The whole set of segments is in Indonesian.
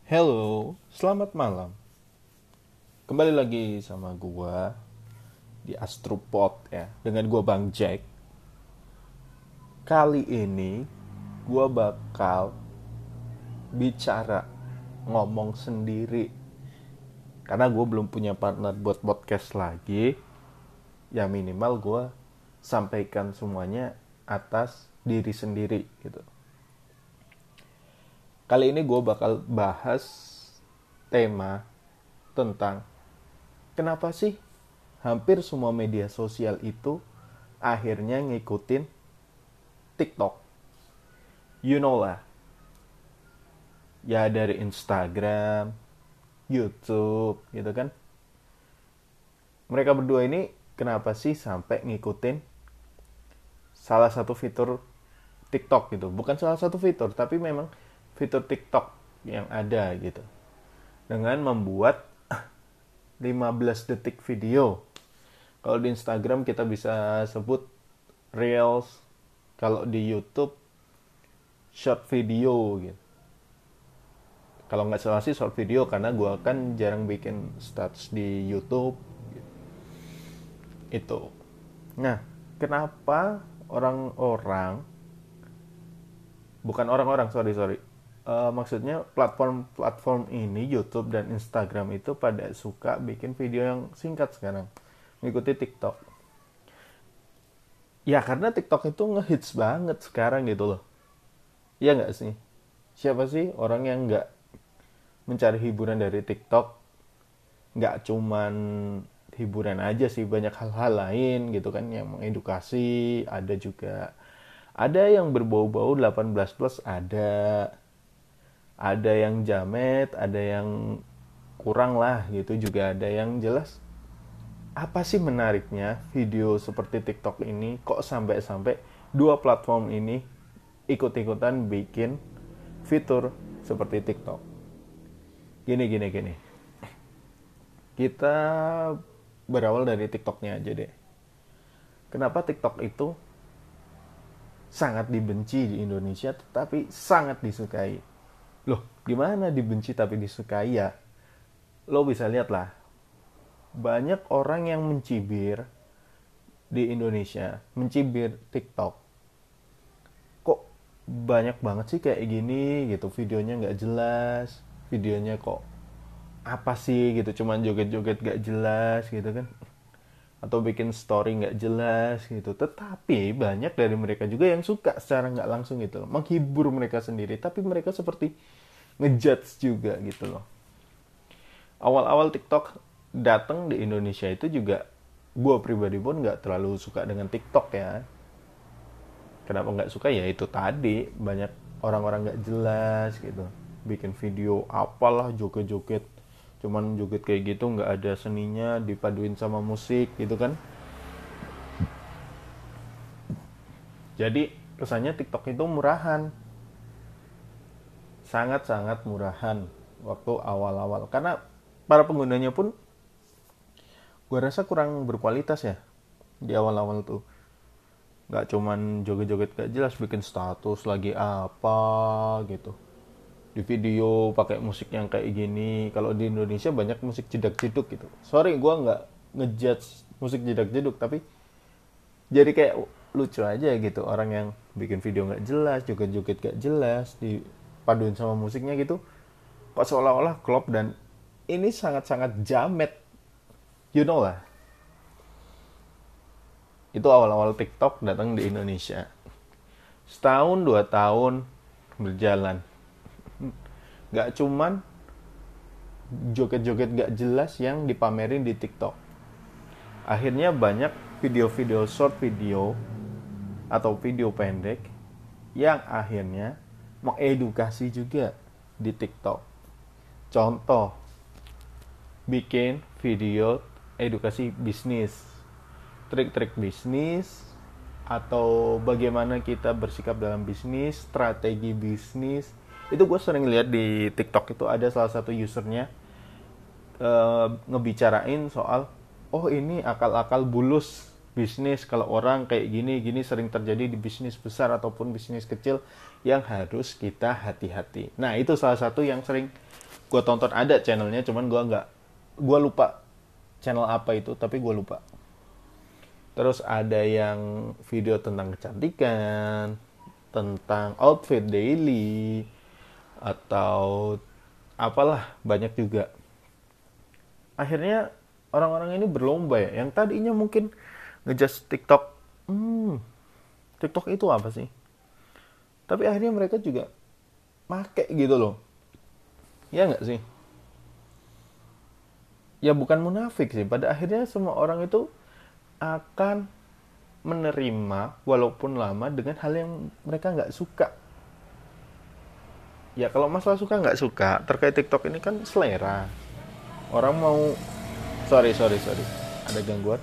Hello, selamat malam. Kembali lagi sama gua di Astropod ya, dengan gua Bang Jack. Kali ini gua bakal bicara, ngomong sendiri. Karena gua belum punya partner buat podcast lagi. Ya minimal gua sampaikan semuanya atas diri sendiri gitu. Kali ini gue bakal bahas tema tentang kenapa sih hampir semua media sosial itu akhirnya ngikutin TikTok. You know lah, ya dari Instagram, YouTube gitu kan. Mereka berdua ini kenapa sih sampai ngikutin salah satu fitur TikTok gitu. Bukan salah satu fitur, tapi memang fitur TikTok yang ada gitu. Dengan membuat 15 detik video. Kalau di Instagram kita bisa sebut Reels, kalau di YouTube short video gitu. Kalau nggak salah sih short video karena gue kan jarang bikin status di YouTube itu. Nah, kenapa orang-orang, bukan orang-orang, sorry, maksudnya platform ini YouTube dan Instagram itu pada suka bikin video yang singkat sekarang, mengikuti TikTok. Ya karena TikTok itu ngehits banget sekarang gitu loh. Iya nggak sih? Siapa sih orang yang nggak mencari hiburan dari TikTok? Nggak cuman hiburan aja sih, banyak hal-hal lain gitu kan yang mengedukasi. Ada yang berbau-bau 18 plus, ada yang jamet, ada yang kurang lah gitu, juga ada yang jelas. Apa sih menariknya video seperti TikTok ini kok sampai-sampai dua platform ini ikut-ikutan bikin fitur seperti TikTok? Gini. Kita berawal dari TikToknya aja deh. Kenapa TikTok itu sangat dibenci di Indonesia tetapi sangat disukai? Loh, gimana dibenci tapi disukai ya? Lo bisa lihat lah, banyak orang yang mencibir di Indonesia, mencibir TikTok. Kok banyak banget sih kayak gini gitu, videonya nggak jelas, videonya kok apa sih gitu, cuman joget-joget nggak jelas gitu kan, atau bikin story nggak jelas gitu. Tetapi banyak dari mereka juga yang suka secara nggak langsung gitu loh, menghibur mereka sendiri, tapi mereka seperti ngejudge juga gitu loh. Awal-awal TikTok datang di Indonesia itu juga gue pribadi pun nggak terlalu suka dengan TikTok ya. Kenapa nggak suka ya itu tadi, banyak orang-orang nggak jelas gitu, bikin video apalah joget-joget, cuman joget kayak gitu nggak ada seninya, dipaduin sama musik gitu kan. Jadi kesannya TikTok itu murahan, sangat-sangat murahan waktu awal-awal, karena para penggunanya pun gue rasa kurang berkualitas ya di awal-awal tuh. Nggak cuman joget-joget gak jelas, bikin status lagi apa gitu di video pakai musik yang kayak gini. Kalau di Indonesia banyak musik jedak-jeduk gitu. Sorry, gue nggak ngejudge musik jedak-jeduk, tapi jadi kayak lucu aja gitu, orang yang bikin video nggak jelas, joget-joget gak jelas dipaduin sama musiknya gitu, kok seolah-olah klop. Dan ini sangat-sangat jamet, you know lah. Itu awal-awal TikTok datang di Indonesia. Setahun 2 tahun berjalan, nggak cuman joget-joget gak jelas yang dipamerin di TikTok. Akhirnya banyak video-video short video atau video pendek yang akhirnya mengedukasi juga di TikTok. Contoh, bikin video edukasi bisnis, trik-trik bisnis, atau bagaimana kita bersikap dalam bisnis, strategi bisnis. Itu gue sering lihat di TikTok, itu ada salah satu usernya ngebicarain soal, oh ini akal-akal bulus bisnis, kalau orang kayak gini sering terjadi di bisnis besar ataupun bisnis kecil yang harus kita hati-hati. Nah itu salah satu yang sering gue tonton, ada channelnya, cuman gue lupa channel apa itu, tapi gue lupa. Terus ada yang video tentang kecantikan, tentang outfit daily, atau apalah, banyak juga. Akhirnya orang-orang ini berlomba ya, yang tadinya mungkin ngejudge TikTok, TikTok itu apa sih? Tapi akhirnya mereka juga make gitu loh. Ya nggak sih? Ya bukan munafik sih. Pada akhirnya semua orang itu akan menerima walaupun lama dengan hal yang mereka nggak suka. Ya kalau masalah suka nggak suka terkait TikTok ini kan selera. Orang mau, sorry, ada gangguan.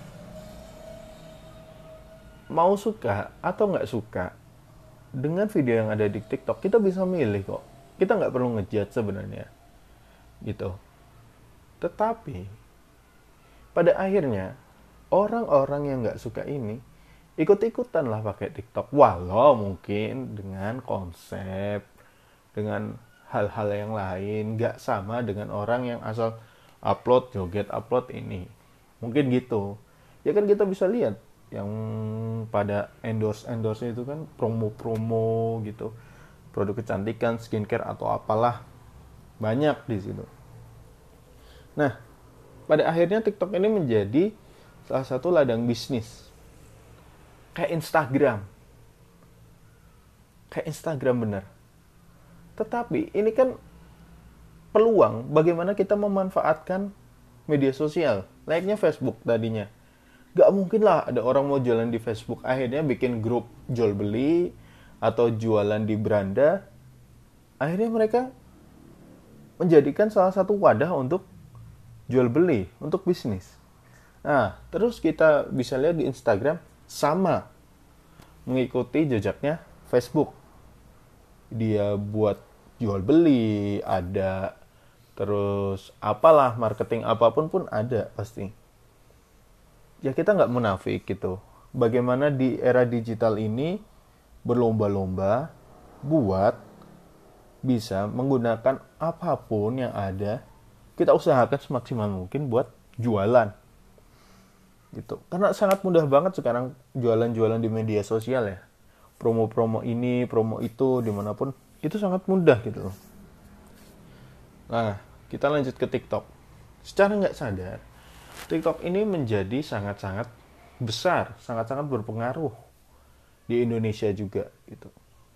Mau suka atau nggak suka dengan video yang ada di TikTok, kita bisa milih kok. Kita nggak perlu ngejudge sebenarnya, gitu. Tetapi pada akhirnya orang-orang yang nggak suka ini ikut-ikutan lah pakai TikTok, walau mungkin dengan konsep, dengan hal-hal yang lain nggak sama dengan orang yang asal upload joget, upload ini. Mungkin gitu. Ya kan kita bisa lihat yang pada endorse itu kan promo-promo gitu, produk kecantikan, skincare atau apalah, banyak di situ. Nah, pada akhirnya TikTok ini menjadi salah satu ladang bisnis. Kayak Instagram bener. Tetapi ini kan peluang bagaimana kita memanfaatkan media sosial. Layaknya Facebook tadinya. Gak mungkin lah ada orang mau jualan di Facebook, akhirnya bikin grup jual beli atau jualan di beranda. Akhirnya mereka menjadikan salah satu wadah untuk jual beli, untuk bisnis. Nah, terus kita bisa lihat di Instagram sama, mengikuti jejaknya Facebook. Dia buat jual beli, ada, terus apalah, marketing apapun pun ada pasti. Ya kita nggak munafik gitu. Bagaimana di era digital ini berlomba-lomba buat bisa menggunakan apapun yang ada, kita usahakan semaksimal mungkin buat jualan gitu. Karena sangat mudah banget sekarang jualan-jualan di media sosial ya. Promo-promo ini, promo itu, dimanapun itu sangat mudah gitu loh. Nah, kita lanjut ke TikTok. Secara nggak sadar, TikTok ini menjadi sangat-sangat besar, sangat-sangat berpengaruh di Indonesia juga gitu.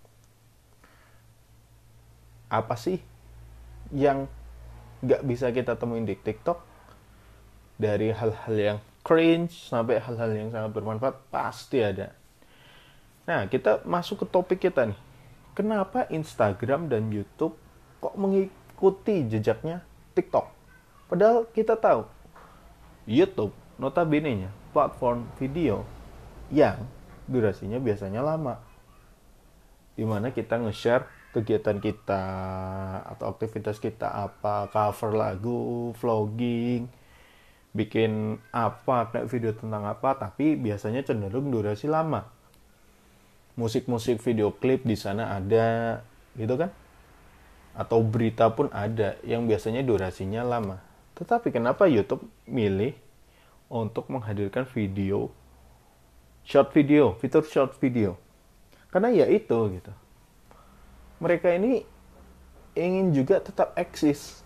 Apa sih yang nggak bisa kita temuin di TikTok? Dari hal-hal yang cringe sampai hal-hal yang sangat bermanfaat pasti ada. Nah, kita masuk ke topik kita nih. Kenapa Instagram dan YouTube kok mengikuti jejaknya TikTok? Padahal kita tahu YouTube notabene-nya platform video yang durasinya biasanya lama, dimana kita nge-share kegiatan kita atau aktivitas kita, apa, cover lagu, vlogging, bikin apa, kayak video tentang apa, tapi biasanya cenderung durasi lama. Musik-musik video klip di sana ada, gitu kan? Atau berita pun ada yang biasanya durasinya lama. Tetapi kenapa YouTube milih untuk menghadirkan video, fitur short video? Karena ya itu gitu. Mereka ini ingin juga tetap eksis.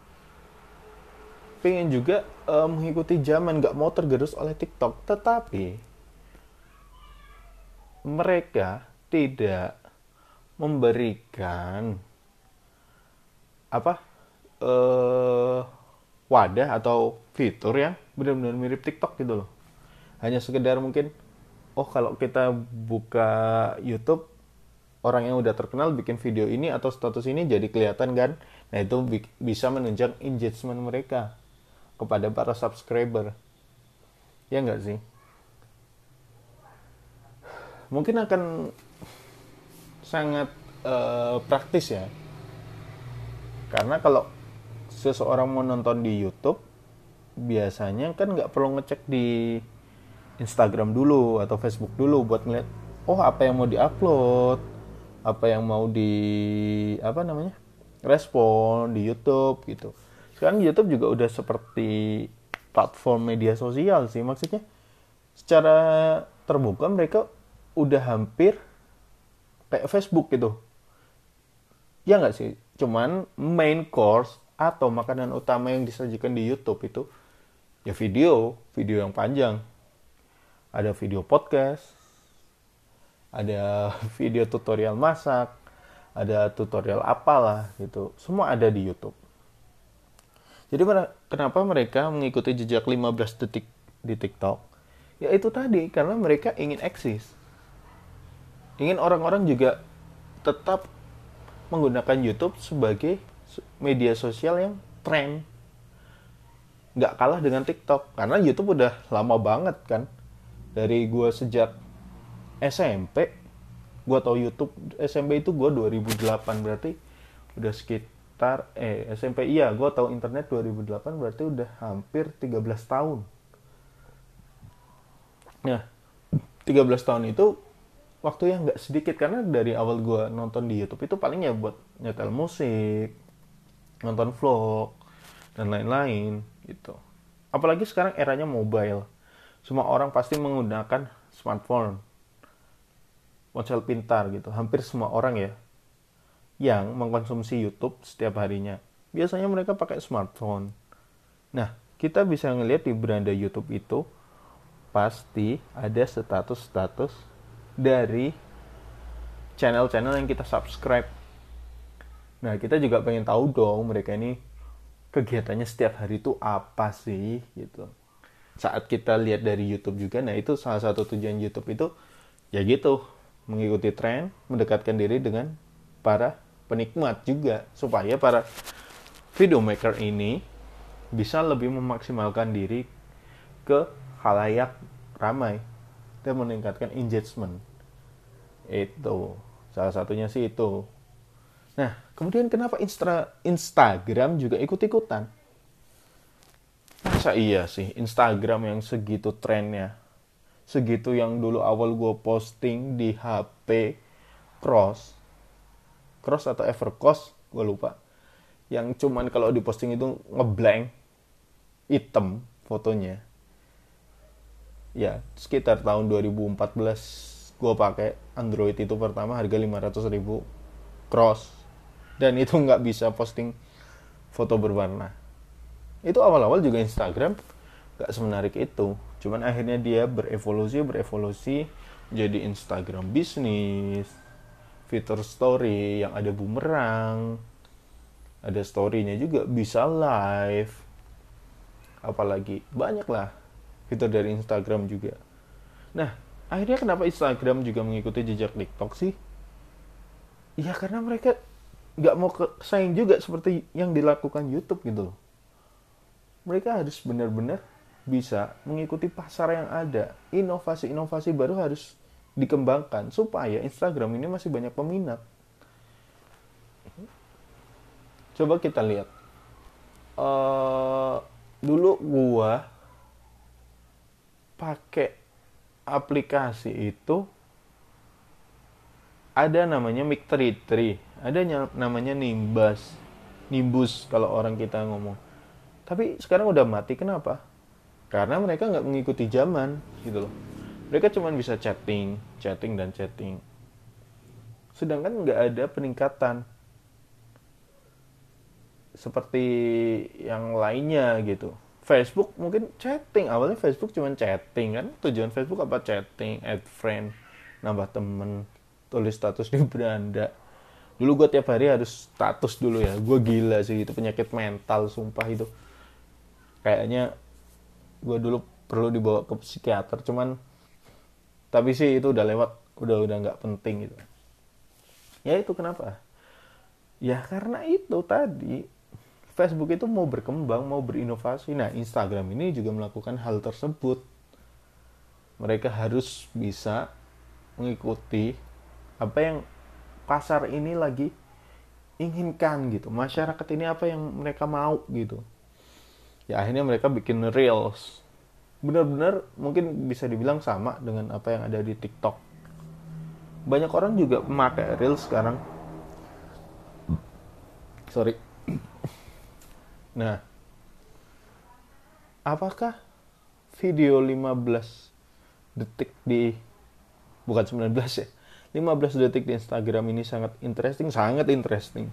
Pengen juga mengikuti zaman, gak mau tergerus oleh TikTok. Tetapi mereka tidak memberikan wadah atau fitur yang benar-benar mirip TikTok gitu loh. Hanya sekedar mungkin, kalau kita buka YouTube, orang yang udah terkenal bikin video ini atau status ini jadi kelihatan kan. Nah itu bisa menunjang engagement mereka kepada para subscriber. Ya nggak sih? Mungkin akan sangat praktis ya. Karena kalau seseorang mau nonton di YouTube, biasanya kan nggak perlu ngecek di Instagram dulu atau Facebook dulu buat ngeliat, apa yang mau diupload, apa yang mau respon di YouTube gitu. Sekarang YouTube juga udah seperti platform media sosial sih, maksudnya secara terbuka mereka udah hampir kayak Facebook gitu. Ya nggak sih? Cuman main course atau makanan utama yang disajikan di YouTube itu ya video yang panjang. Ada video podcast, ada video tutorial masak, ada tutorial apalah gitu. Semua ada di YouTube. Jadi kenapa mereka mengikuti jejak 15 detik di TikTok? Ya itu tadi, karena mereka ingin eksis. Ingin orang-orang juga tetap menggunakan YouTube sebagai media sosial yang tren. Nggak kalah dengan TikTok. Karena YouTube udah lama banget kan. Dari gue sejak SMP, gue tau YouTube. SMP itu gue 2008, berarti udah sekitar SMP, iya gue tau internet 2008, berarti udah hampir 13 tahun. Nah 13 tahun itu waktu yang nggak sedikit, karena dari awal gue nonton di YouTube itu paling ya buat nyetel musik, nonton vlog, dan lain-lain gitu. Apalagi sekarang eranya mobile, semua orang pasti menggunakan smartphone, ponsel pintar gitu. Hampir semua orang ya yang mengkonsumsi YouTube setiap harinya, biasanya mereka pakai smartphone. Nah, kita bisa ngelihat di beranda YouTube itu pasti ada status-status dari channel-channel yang kita subscribe. Nah, kita juga pengen tahu dong mereka ini kegiatannya setiap hari itu apa sih gitu. Saat kita lihat dari YouTube juga, nah itu salah satu tujuan YouTube itu ya gitu, mengikuti tren, mendekatkan diri dengan para penikmat juga, supaya para video maker ini bisa lebih memaksimalkan diri ke khalayak ramai dan meningkatkan engagement. Itu salah satunya sih itu. Nah, kemudian kenapa Instagram juga ikut-ikutan? Masa iya sih Instagram yang segitu trennya, segitu yang dulu awal gue posting di HP Cross atau Evercost, gue lupa, yang cuman kalau diposting itu ngeblank, hitam fotonya. Ya, sekitar tahun 2014 gue pakai Android itu pertama, harga 500.000 Cross, dan itu nggak bisa posting foto berwarna. Itu awal-awal juga Instagram nggak semenarik itu, cuman akhirnya dia berevolusi jadi Instagram bisnis, fitur story yang ada bumerang, ada story-nya juga, bisa live, apalagi banyak lah fitur dari Instagram juga. Nah, akhirnya kenapa Instagram juga mengikuti jejak TikTok sih? Ya karena mereka nggak mau kesaing juga seperti yang dilakukan YouTube gitu loh. Mereka harus benar-benar bisa mengikuti pasar yang ada. Inovasi-inovasi baru harus dikembangkan supaya Instagram ini masih banyak peminat. Coba kita lihat. Dulu gua pakai aplikasi itu ada namanya Mic33, ada namanya Nimbus kalau orang kita ngomong. Tapi sekarang udah mati. Kenapa? Karena mereka nggak mengikuti zaman gitu loh. Mereka cuma bisa chatting. Sedangkan nggak ada peningkatan seperti yang lainnya gitu. Facebook mungkin chatting, awalnya Facebook cuma chatting kan, tujuan Facebook apa? Chatting, add friend, nambah temen, tulis status di beranda. Dulu gue tiap hari harus status dulu ya, gue gila sih, itu penyakit mental sumpah itu. Kayaknya gue dulu perlu dibawa ke psikiater, cuman tapi sih itu udah lewat, udah nggak penting gitu. Ya itu kenapa? Ya karena itu tadi, Facebook itu mau berkembang, mau berinovasi. Nah, Instagram ini juga melakukan hal tersebut. Mereka harus bisa mengikuti apa yang pasar ini lagi inginkan gitu. Masyarakat ini apa yang mereka mau gitu. Ya akhirnya mereka bikin Reels. Benar-benar mungkin bisa dibilang sama dengan apa yang ada di TikTok. Banyak orang juga memakai Reels sekarang. Sorry. Nah, apakah video 15 detik di, bukan 19 ya, 15 detik di Instagram ini sangat interesting? Sangat interesting.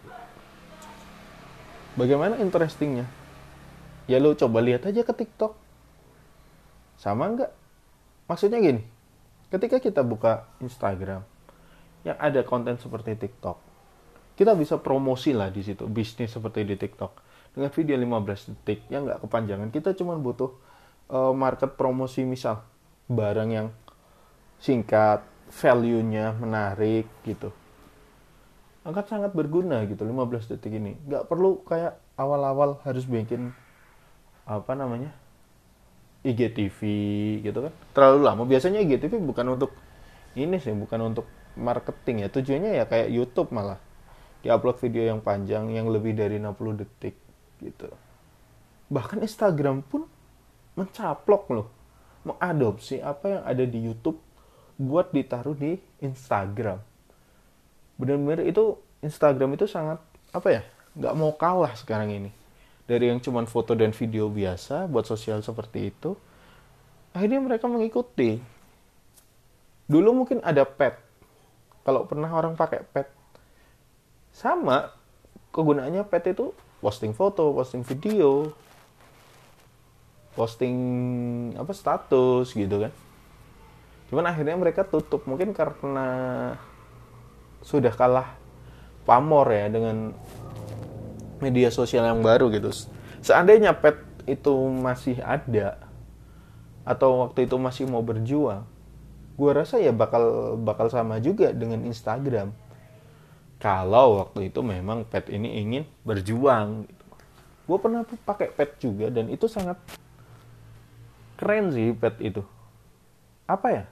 Bagaimana interestingnya? Ya lo coba lihat aja ke TikTok. Sama nggak? Maksudnya gini, ketika kita buka Instagram yang ada konten seperti TikTok, kita bisa promosi lah di situ, bisnis seperti di TikTok. Dengan video 15 detik yang nggak kepanjangan, kita cuma butuh market promosi, misal barang yang singkat, value-nya menarik gitu. Akan sangat berguna gitu 15 detik ini. Nggak perlu kayak awal-awal harus bikin apa namanya, IGTV gitu kan. Terlalu lama. Biasanya IGTV bukan untuk ini sih, bukan untuk marketing ya. Tujuannya ya kayak YouTube malah. Diupload video yang panjang yang lebih dari 60 detik gitu. Bahkan Instagram pun mencaplok loh, mengadopsi apa yang ada di YouTube buat ditaruh di Instagram. Benar-benar itu Instagram itu sangat apa ya, nggak mau kalah sekarang ini. Dari yang cuman foto dan video biasa buat sosial seperti itu, akhirnya mereka mengikuti. Dulu mungkin ada pet, kalau pernah orang pakai pet, sama kegunaannya pet itu posting foto, posting video, posting apa status gitu kan. Cuman akhirnya mereka tutup, mungkin karena sudah kalah pamor ya dengan media sosial yang baru gitu. Seandainya pet itu masih ada atau waktu itu masih mau berjuang, gue rasa ya bakal sama juga dengan Instagram. Kalau waktu itu memang pet ini ingin berjuang gitu. Gue pernah pakai pet juga dan itu sangat keren sih pet itu. Apa ya?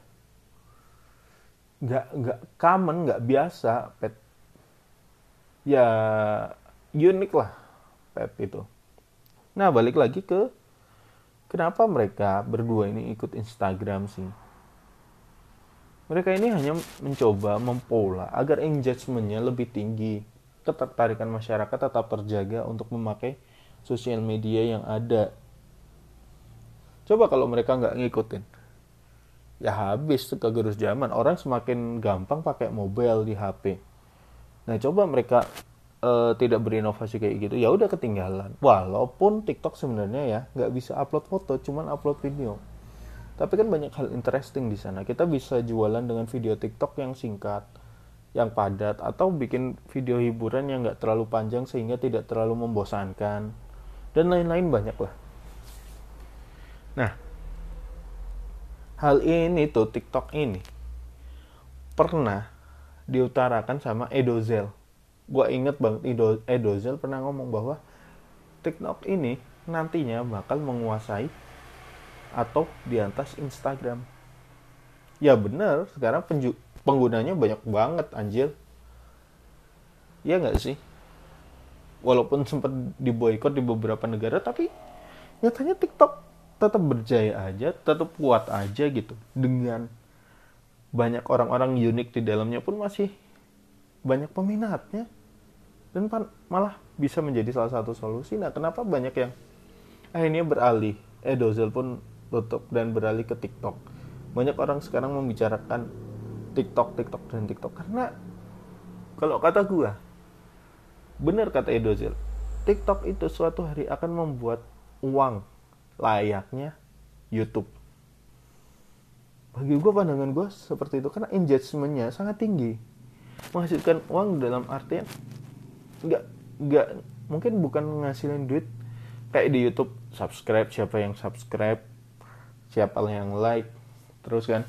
Nggak common, nggak biasa pet. Ya unik lah pet itu. Nah, balik lagi ke kenapa mereka berdua ini ikut Instagram sih. Mereka ini hanya mencoba mempola agar engagement-nya lebih tinggi. Ketertarikan masyarakat tetap terjaga untuk memakai sosial media yang ada. Coba kalau mereka nggak ngikutin, ya habis tuh kegerus zaman. Orang semakin gampang pakai mobile di HP. Nah, coba mereka tidak berinovasi kayak gitu, ya udah ketinggalan. Walaupun TikTok sebenarnya ya nggak bisa upload foto, cuman upload video. Tapi kan banyak hal interesting di sana. Kita bisa jualan dengan video TikTok yang singkat, yang padat, atau bikin video hiburan yang nggak terlalu panjang sehingga tidak terlalu membosankan, dan lain-lain banyak lah. Nah, hal ini tuh TikTok ini pernah diutarakan sama Edozel. Gue inget banget Edozel pernah ngomong bahwa TikTok ini nantinya bakal menguasai atau di atas Instagram. Ya bener, sekarang penggunanya banyak banget anjir. Ya nggak sih? Walaupun sempat diboikot di beberapa negara, tapi nyatanya TikTok tetap berjaya aja, tetap kuat aja gitu. Dengan banyak orang-orang unik di dalamnya pun masih banyak peminatnya. Dan malah bisa menjadi salah satu solusi. Nah, kenapa banyak yang akhirnya beralih? Dozel pun tutup dan beralih ke TikTok. Banyak orang sekarang membicarakan TikTok karena kalau kata gua, benar kata Edozel, TikTok itu suatu hari akan membuat uang layaknya YouTube. Bagi gua, pandangan gua seperti itu, karena engagement-nya sangat tinggi. Menghasilkan uang dalam artian nggak mungkin bukan ngasilin duit kayak di YouTube, subscribe, siapa yang subscribe, siapa yang like, terus kan.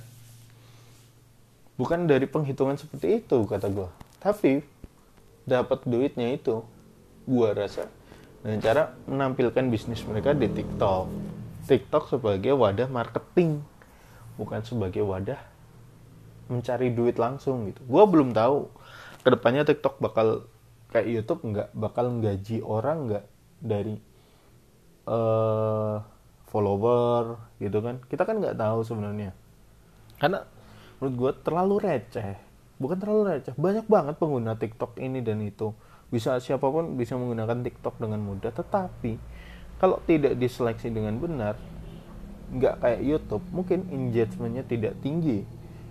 Bukan dari penghitungan seperti itu kata gue. Tapi dapat duitnya itu, gue rasa dengan cara menampilkan bisnis mereka di TikTok. TikTok sebagai wadah marketing, bukan sebagai wadah mencari duit langsung gitu. Gue belum tahu kedepannya TikTok bakal kayak YouTube, nggak bakal gaji orang nggak dari follower gitu kan. Kita kan nggak tahu sebenarnya, karena menurut gue terlalu receh. Bukan terlalu receh, banyak banget pengguna TikTok ini dan itu, Siapapun bisa menggunakan TikTok dengan mudah, tetapi kalau tidak diseleksi dengan benar, nggak kayak YouTube, mungkin engagementnya tidak tinggi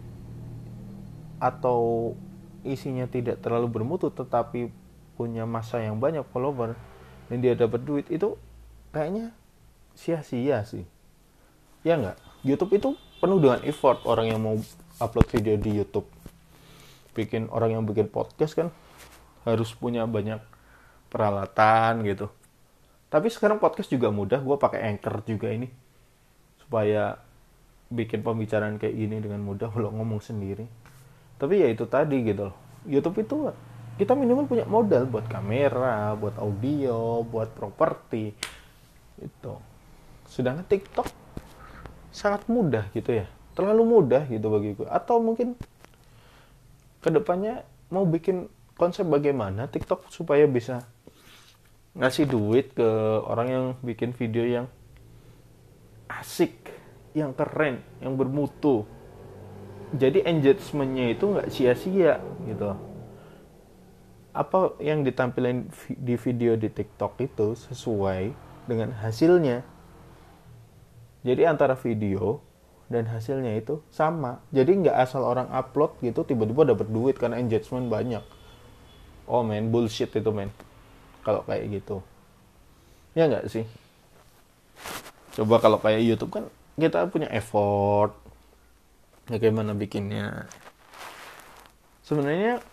atau isinya tidak terlalu bermutu, tetapi punya massa yang banyak follower dan dia dapat duit, itu kayaknya sia-sia sih. Ya nggak? YouTube itu penuh dengan effort. Orang yang mau upload video di YouTube, orang yang bikin podcast kan harus punya banyak peralatan gitu. Tapi sekarang podcast juga mudah, gue pakai Anchor juga ini supaya bikin pembicaraan kayak gini dengan mudah kalau ngomong sendiri. Tapi ya itu tadi gitu loh. YouTube itu kita minimal punya modal buat kamera, buat audio, buat properti itu. Sedangkan TikTok sangat mudah gitu ya, terlalu mudah gitu bagi gue. Atau mungkin kedepannya mau bikin konsep bagaimana TikTok supaya bisa ngasih duit ke orang yang bikin video yang asik, yang keren, yang bermutu. Jadi engagementnya itu nggak sia-sia gitu. Apa yang ditampilkan di video di TikTok itu sesuai dengan hasilnya. Jadi antara video dan hasilnya itu sama. Jadi nggak asal orang upload gitu tiba-tiba dapat duit karena engagement banyak. Oh men, bullshit itu men. Kalau kayak gitu. Ya nggak sih? Coba kalau kayak YouTube kan kita punya effort. Bagaimana bikinnya. Sebenarnya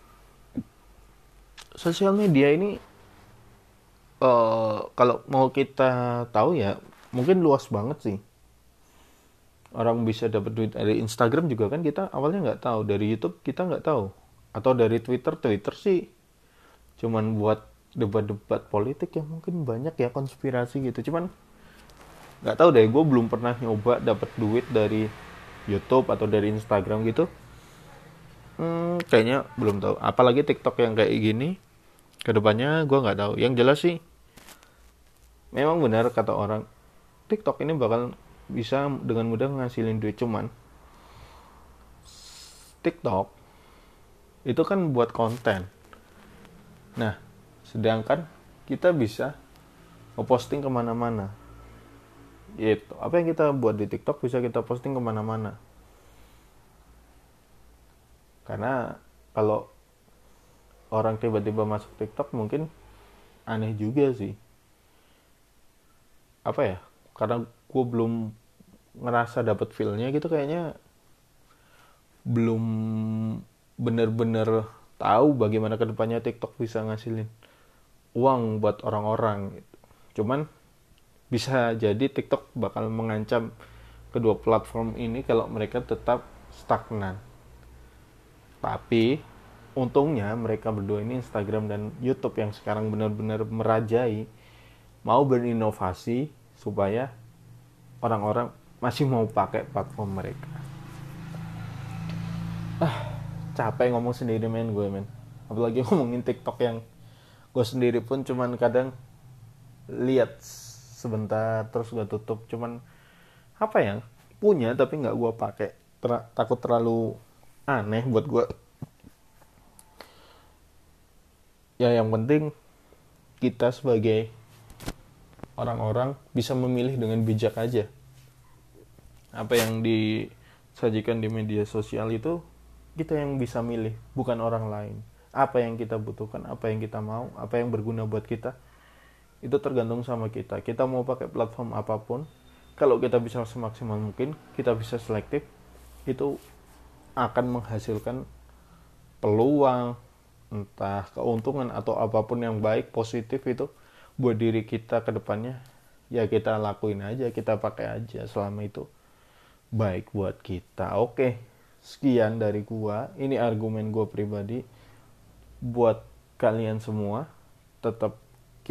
sosial media ini kalau mau kita tahu ya mungkin luas banget sih. Orang bisa dapat duit dari Instagram juga kan kita awalnya nggak tahu. Dari YouTube kita nggak tahu. Atau dari Twitter sih cuman buat debat-debat politik yang mungkin banyak ya, konspirasi gitu. Cuman nggak tahu deh, gue belum pernah nyoba dapat duit dari YouTube atau dari Instagram gitu. Kayaknya belum tahu. Apalagi TikTok yang kayak gini, kedepannya gue nggak tahu. Yang jelas sih, memang benar kata orang, TikTok ini bakal bisa dengan mudah ngasilin duit. Cuman TikTok itu kan buat konten. Nah, sedangkan kita bisa ngeposting kemana-mana. Itu apa yang kita buat di TikTok bisa kita posting kemana-mana. Karena kalau orang tiba-tiba masuk TikTok mungkin aneh juga sih. Apa ya? Karena gue belum ngerasa dapet feel-nya gitu, kayaknya belum bener-bener tahu bagaimana kedepannya TikTok bisa ngasilin uang buat orang-orang gitu. Cuman bisa jadi TikTok bakal mengancam kedua platform ini kalau mereka tetap stagnan. Tapi untungnya mereka berdua ini, Instagram dan YouTube yang sekarang benar-benar merajai, mau berinovasi supaya orang-orang masih mau pakai platform mereka. Capek ngomong sendiri men. Apalagi ngomongin TikTok yang gue sendiri pun cuman kadang lihat sebentar terus gue tutup. Cuman apa ya, punya tapi nggak gue pakai. Takut terlalu aneh buat gue. Ya yang penting kita sebagai orang-orang bisa memilih dengan bijak aja. Apa yang disajikan di media sosial itu kita yang bisa milih, bukan orang lain. Apa yang kita butuhkan, apa yang kita mau, apa yang berguna buat kita, itu tergantung sama kita. Kita mau pakai platform apapun, kalau kita bisa semaksimal mungkin, kita bisa selektif, itu akan menghasilkan peluang, entah keuntungan atau apapun yang baik, positif itu buat diri kita ke depannya. Ya kita lakuin aja, kita pakai aja selama itu baik buat kita. Oke, sekian dari gua. Ini argumen gua pribadi. Buat kalian semua, tetap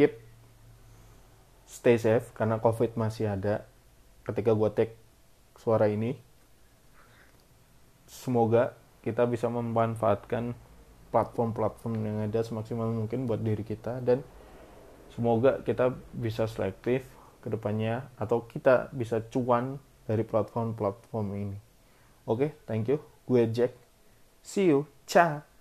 stay safe karena COVID masih ada. Ketika gua take suara ini, semoga kita bisa memanfaatkan platform-platform yang ada semaksimal mungkin buat diri kita, dan semoga kita bisa selektif ke depannya atau kita bisa cuan dari platform-platform ini. Oke, thank you. Gue Jack. See you. Ciao.